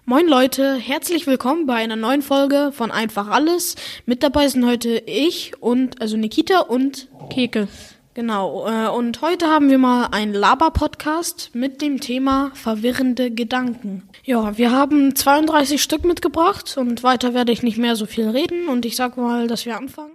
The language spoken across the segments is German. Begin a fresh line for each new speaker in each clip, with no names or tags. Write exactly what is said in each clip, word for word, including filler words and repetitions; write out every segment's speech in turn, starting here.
Moin Leute, herzlich willkommen bei einer neuen Folge von Einfach Alles. Mit dabei sind heute ich und, also Nikita und Keke. Genau, äh, und heute haben wir mal einen Laber-Podcast mit dem Thema verwirrende Gedanken. Ja, wir haben zweiunddreißig Stück mitgebracht und weiter werde ich nicht mehr so viel reden und ich sag mal, dass wir anfangen.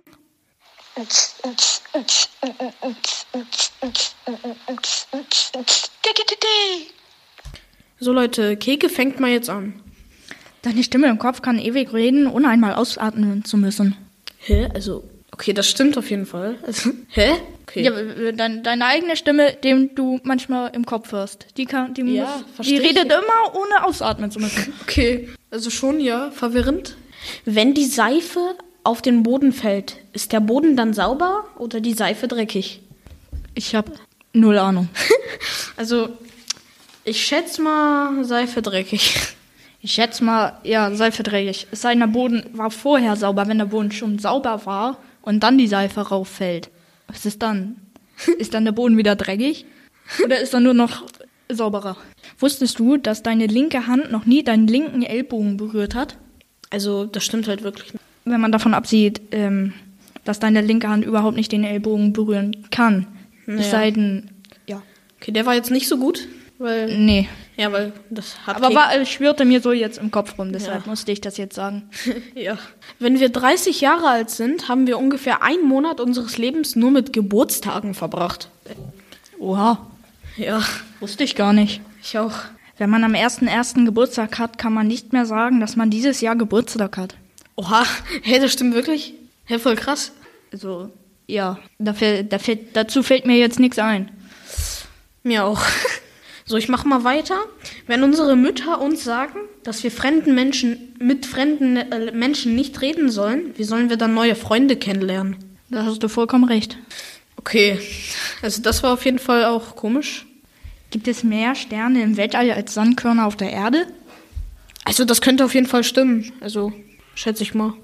So Leute, Keke fängt mal jetzt an.
Deine Stimme im Kopf kann ewig reden, ohne einmal ausatmen zu müssen.
Hä? Also, okay, das stimmt auf jeden Fall. Also, hä? Okay.
Ja, dein, deine eigene Stimme, den du manchmal im Kopf hörst, die kann, die
Ja,
muss, die
versteh ich.
redet immer, ohne ausatmen zu müssen.
Okay, also schon, ja, verwirrend. Wenn die Seife auf den Boden fällt, ist der Boden dann sauber oder die Seife dreckig?
Ich habe null Ahnung.
Also, ich schätze mal Seife dreckig.
Ich schätze mal, ja, Seife dreckig. Es sei denn, der Boden war vorher sauber, wenn der Boden schon sauber war und dann die Seife rauffällt. Was ist dann? Ist dann der Boden wieder dreckig? Oder ist er nur noch sauberer? Wusstest du, dass deine linke Hand noch nie deinen linken Ellbogen berührt hat?
Also, das stimmt halt wirklich nicht.
Wenn man davon absieht, ähm, dass deine linke Hand überhaupt nicht den Ellbogen berühren kann.
Naja.
Es sei denn, ja.
Okay, der war jetzt nicht so gut, weil,
Nee.
ja, weil das hat
Aber
Keke-
war, es schwirrte mir so jetzt im Kopf rum, deshalb
Ja.
musste ich das jetzt sagen.
Ja. Wenn wir dreißig Jahre alt sind, haben wir ungefähr einen Monat unseres Lebens nur mit Geburtstagen verbracht.
Oha,
Ja,
wusste ich gar nicht.
ich auch.
Wenn man am ersten ersten Geburtstag hat, kann man nicht mehr sagen, dass man dieses Jahr Geburtstag hat.
Oha, hey, das stimmt wirklich? Hä, voll krass.
Also, ja, da fällt, da fällt, dazu fällt mir jetzt nichts ein.
Mir auch. So, ich mach mal weiter. Wenn unsere Mütter uns sagen, dass wir fremden Menschen mit fremden äh, Menschen nicht reden sollen, wie sollen wir dann neue Freunde kennenlernen?
Da hast du vollkommen recht.
Okay, also das war auf jeden Fall auch komisch.
Gibt es mehr Sterne im Weltall als Sandkörner auf der Erde?
Also das könnte auf jeden Fall stimmen. Also, schätze ich mal.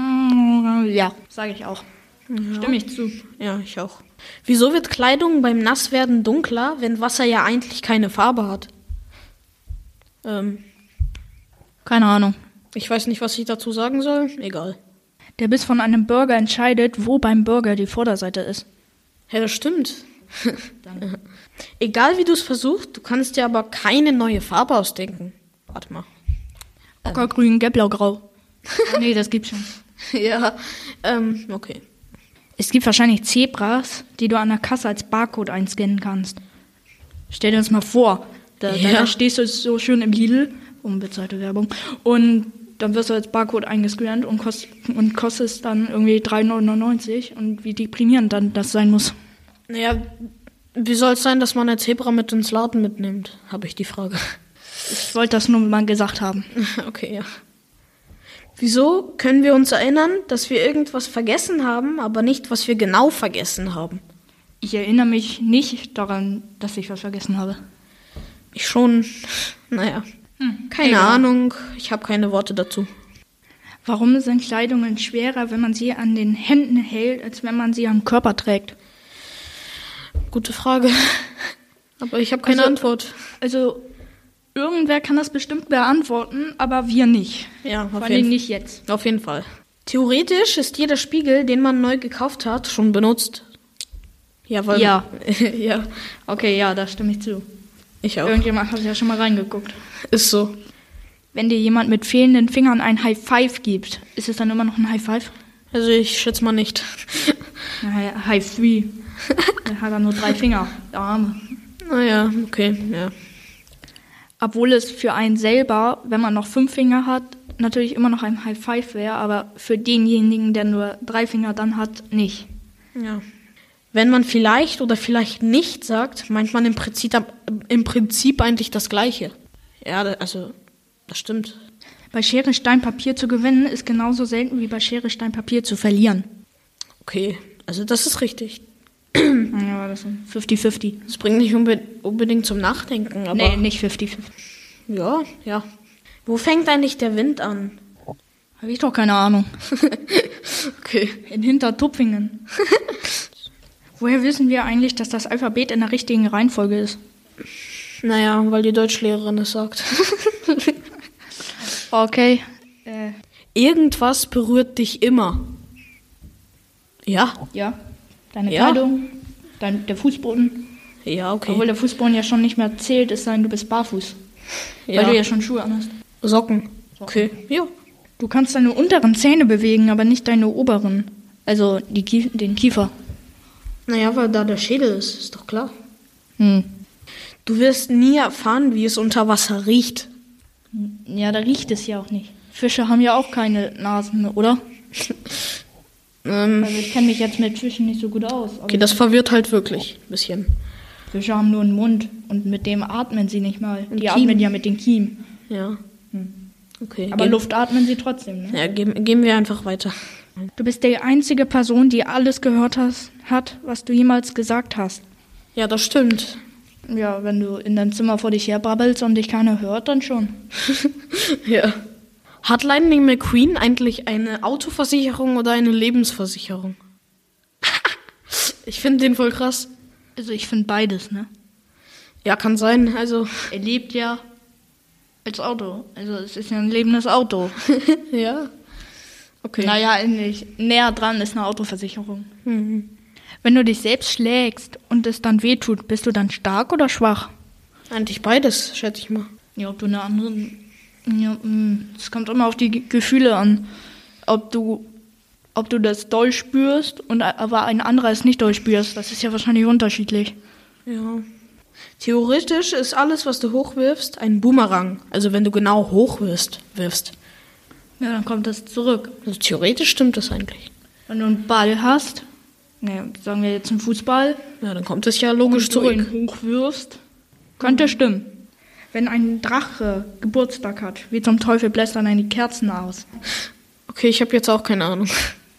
Ja, sage ich auch. Stimme ich zu.
Ja, ich auch. Wieso wird Kleidung beim Nasswerden dunkler, wenn Wasser ja eigentlich keine Farbe hat? Ähm,
Keine Ahnung.
ich weiß nicht, was ich dazu sagen soll. Egal.
Der Biss von einem Burger entscheidet, wo beim Burger die Vorderseite ist.
Ja, das stimmt. Egal wie du es versuchst, du kannst dir aber keine neue Farbe ausdenken. Warte mal.
Ockergrün, gelb, blau, grau. Ah, nee, das gibt's schon.
Ja, ähm, okay.
Es gibt wahrscheinlich Zebras, die du an der Kasse als Barcode einscannen kannst. Stell dir das mal vor. Da,
Ja.
da stehst du so schön im Lidl, unbezahlte Werbung, und dann wirst du als Barcode eingescannt und, kost, und kostest dann irgendwie drei neunundneunzig und wie deprimierend dann das sein muss.
Naja, wie soll es sein, dass man ein Zebra mit ins Laden mitnimmt? Habe ich die Frage.
Ich wollte das nur mal gesagt haben.
Okay, ja. Wieso können wir uns erinnern, dass wir irgendwas vergessen haben, aber nicht, was wir genau vergessen haben?
Ich erinnere mich nicht daran, dass ich was vergessen habe.
Ich schon. Naja,
Hm,
keine
egal.
Ahnung. Ich habe keine Worte dazu.
Warum sind Kleidungen schwerer, wenn man sie an den Händen hält, als wenn man sie am Körper trägt?
Gute Frage. Aber ich habe keine
Also-
Antwort.
Also, irgendwer kann das bestimmt beantworten, aber wir nicht.
Ja,
Vor
auf
allem
jeden,
nicht jetzt.
auf jeden Fall. Theoretisch ist jeder Spiegel, den man neu gekauft hat, schon benutzt. Ja, weil...
Ja.
Ja,
Okay, ja, da stimme ich zu.
ich auch.
Irgendjemand hat ja schon mal reingeguckt.
Ist so.
Wenn dir jemand mit fehlenden Fingern ein High Five gibt, ist es dann immer noch ein High Five?
Also ich schätze mal nicht.
Naja, High Three. Er hat dann nur drei Finger, der Arme.
Naja, okay, ja.
Obwohl es für einen selber, wenn man noch fünf Finger hat, natürlich immer noch ein High Five wäre, aber für denjenigen, der nur drei Finger dann hat, nicht.
Ja. Wenn man vielleicht oder vielleicht nicht sagt, meint man im Prinzip, im Prinzip eigentlich das Gleiche. Ja, da- also, das stimmt.
Bei Schere, Stein, Papier zu gewinnen, ist genauso selten wie bei Schere, Stein, Papier zu verlieren.
Okay, also das ist richtig.
Ja, das sind fünfzig fünfzig.
Das bringt nicht unbe- unbedingt zum Nachdenken, aber...
Nee, nicht fünfzig fünfzig.
Ja, ja. Wo fängt eigentlich der Wind an?
Habe ich doch keine Ahnung.
Okay.
In Hintertupfingen. Woher wissen wir eigentlich, dass das Alphabet in der richtigen Reihenfolge ist?
Naja, weil die Deutschlehrerin es sagt.
Okay. Äh,
Irgendwas berührt dich immer. Ja,
ja. Deine
Ja.
Kleidung, dein, der Fußboden.
ja, okay.
Obwohl der Fußboden ja schon nicht mehr zählt, es sei denn, du bist barfuß.
ja.
Weil du ja schon Schuhe anhast.
Socken. Okay, ja.
Du kannst deine unteren Zähne bewegen, aber nicht deine oberen. Also die Kie- den Kiefer.
Naja, weil da der Schädel ist, ist doch klar.
Hm.
Du wirst nie erfahren, wie es unter Wasser riecht.
Ja, da riecht es ja auch nicht. Fische haben ja auch keine Nasen, oder?
Ähm,
Also ich kenne mich jetzt mit Fischen nicht so gut aus. Aber
okay, das verwirrt halt wirklich ein bisschen.
Fische haben nur einen Mund und mit dem atmen sie nicht mal.
Ein
Die
Kiem.
atmen ja mit den Kiemen.
Ja. Okay.
Aber
gehen,
Luft atmen sie trotzdem, ne?
Ja, gehen, gehen wir einfach weiter.
Du bist die einzige Person, die alles gehört hast, hat, was du jemals gesagt hast.
Ja, das stimmt.
Ja, wenn du in deinem Zimmer vor dich herbrabbelst und dich keiner hört, dann schon.
Ja. Hat Lightning McQueen eigentlich eine Autoversicherung oder eine Lebensversicherung? Ich finde den voll krass.
Also ich finde beides, ne?
Ja, kann sein. Also,
Er lebt ja als Auto. Also es ist ja ein lebendes Auto.
ja. Okay.
Naja, eigentlich näher dran ist eine Autoversicherung.
Mhm.
Wenn du dich selbst schlägst und es dann wehtut, bist du dann stark oder schwach?
Eigentlich beides, schätze ich mal.
Ja, ob du eine andere... Ja, es kommt immer auf die Ge- Gefühle an. Ob du, ob du das doll spürst und a- aber ein anderer es nicht doll spürst. Das ist ja wahrscheinlich unterschiedlich.
Ja. Theoretisch ist alles, was du hochwirfst, ein Boomerang. Also wenn du genau hoch wirfst, wirfst.
Ja, dann kommt das zurück.
Also theoretisch stimmt das eigentlich.
Wenn du einen Ball hast, ne, sagen wir jetzt einen Fußball,
Ja, dann kommt es ja logisch
und du
zurück.
ihn hochwirfst, könnte stimmen. Wenn ein Drache Geburtstag hat, wie zum Teufel bläst dann eine Kerzen aus?
Okay, ich habe jetzt auch keine Ahnung.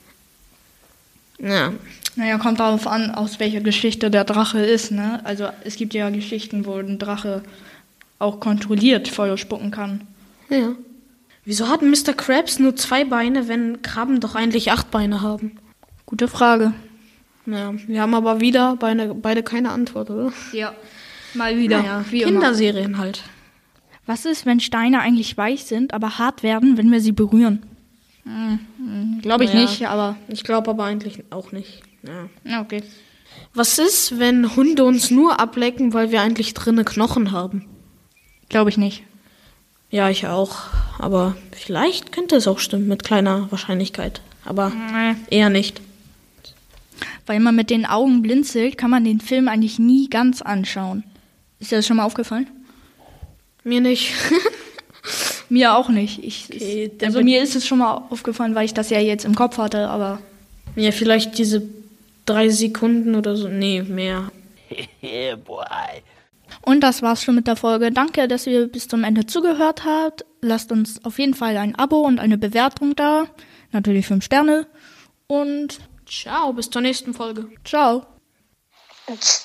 Ja.
Naja, kommt darauf an, aus welcher Geschichte der Drache ist, ne? Also es gibt ja Geschichten, wo ein Drache auch kontrolliert Feuer spucken kann.
Ja. Wieso hat Mister Krabs nur zwei Beine, wenn Krabben doch eigentlich acht Beine haben?
Gute Frage.
Ja, wir haben aber wieder beide, beide keine Antwort, oder?
Ja, mal wieder.
Naja,
wie immer.
Kinderserien halt.
Was ist, wenn Steine eigentlich weich sind, aber hart werden, wenn wir sie berühren? Hm, Glaube ich
Naja.
nicht, aber...
Ich glaube aber eigentlich auch nicht. Ja.
Ja, okay.
Was ist, wenn Hunde uns nur ablecken, weil wir eigentlich drinne Knochen haben?
Glaube ich nicht.
Ja, ich auch. Aber vielleicht könnte es auch stimmen, mit kleiner Wahrscheinlichkeit. Aber
Nee.
eher nicht.
Weil man mit den Augen blinzelt, kann man den Film eigentlich nie ganz anschauen. Ist dir das schon mal aufgefallen?
Mir nicht.
Mir auch nicht. Ich,
Okay,
es, also mir ist es schon mal aufgefallen, weil ich das ja jetzt im Kopf hatte, aber
Ja, vielleicht diese drei Sekunden oder so. Nee, mehr.
Yeah, boy.
Und das war's schon mit der Folge. Danke, dass ihr bis zum Ende zugehört habt. Lasst uns auf jeden Fall ein Abo und eine Bewertung da. Natürlich fünf Sterne. Und
Ciao, bis zur nächsten Folge.
ciao.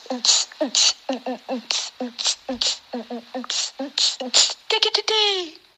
Take it today.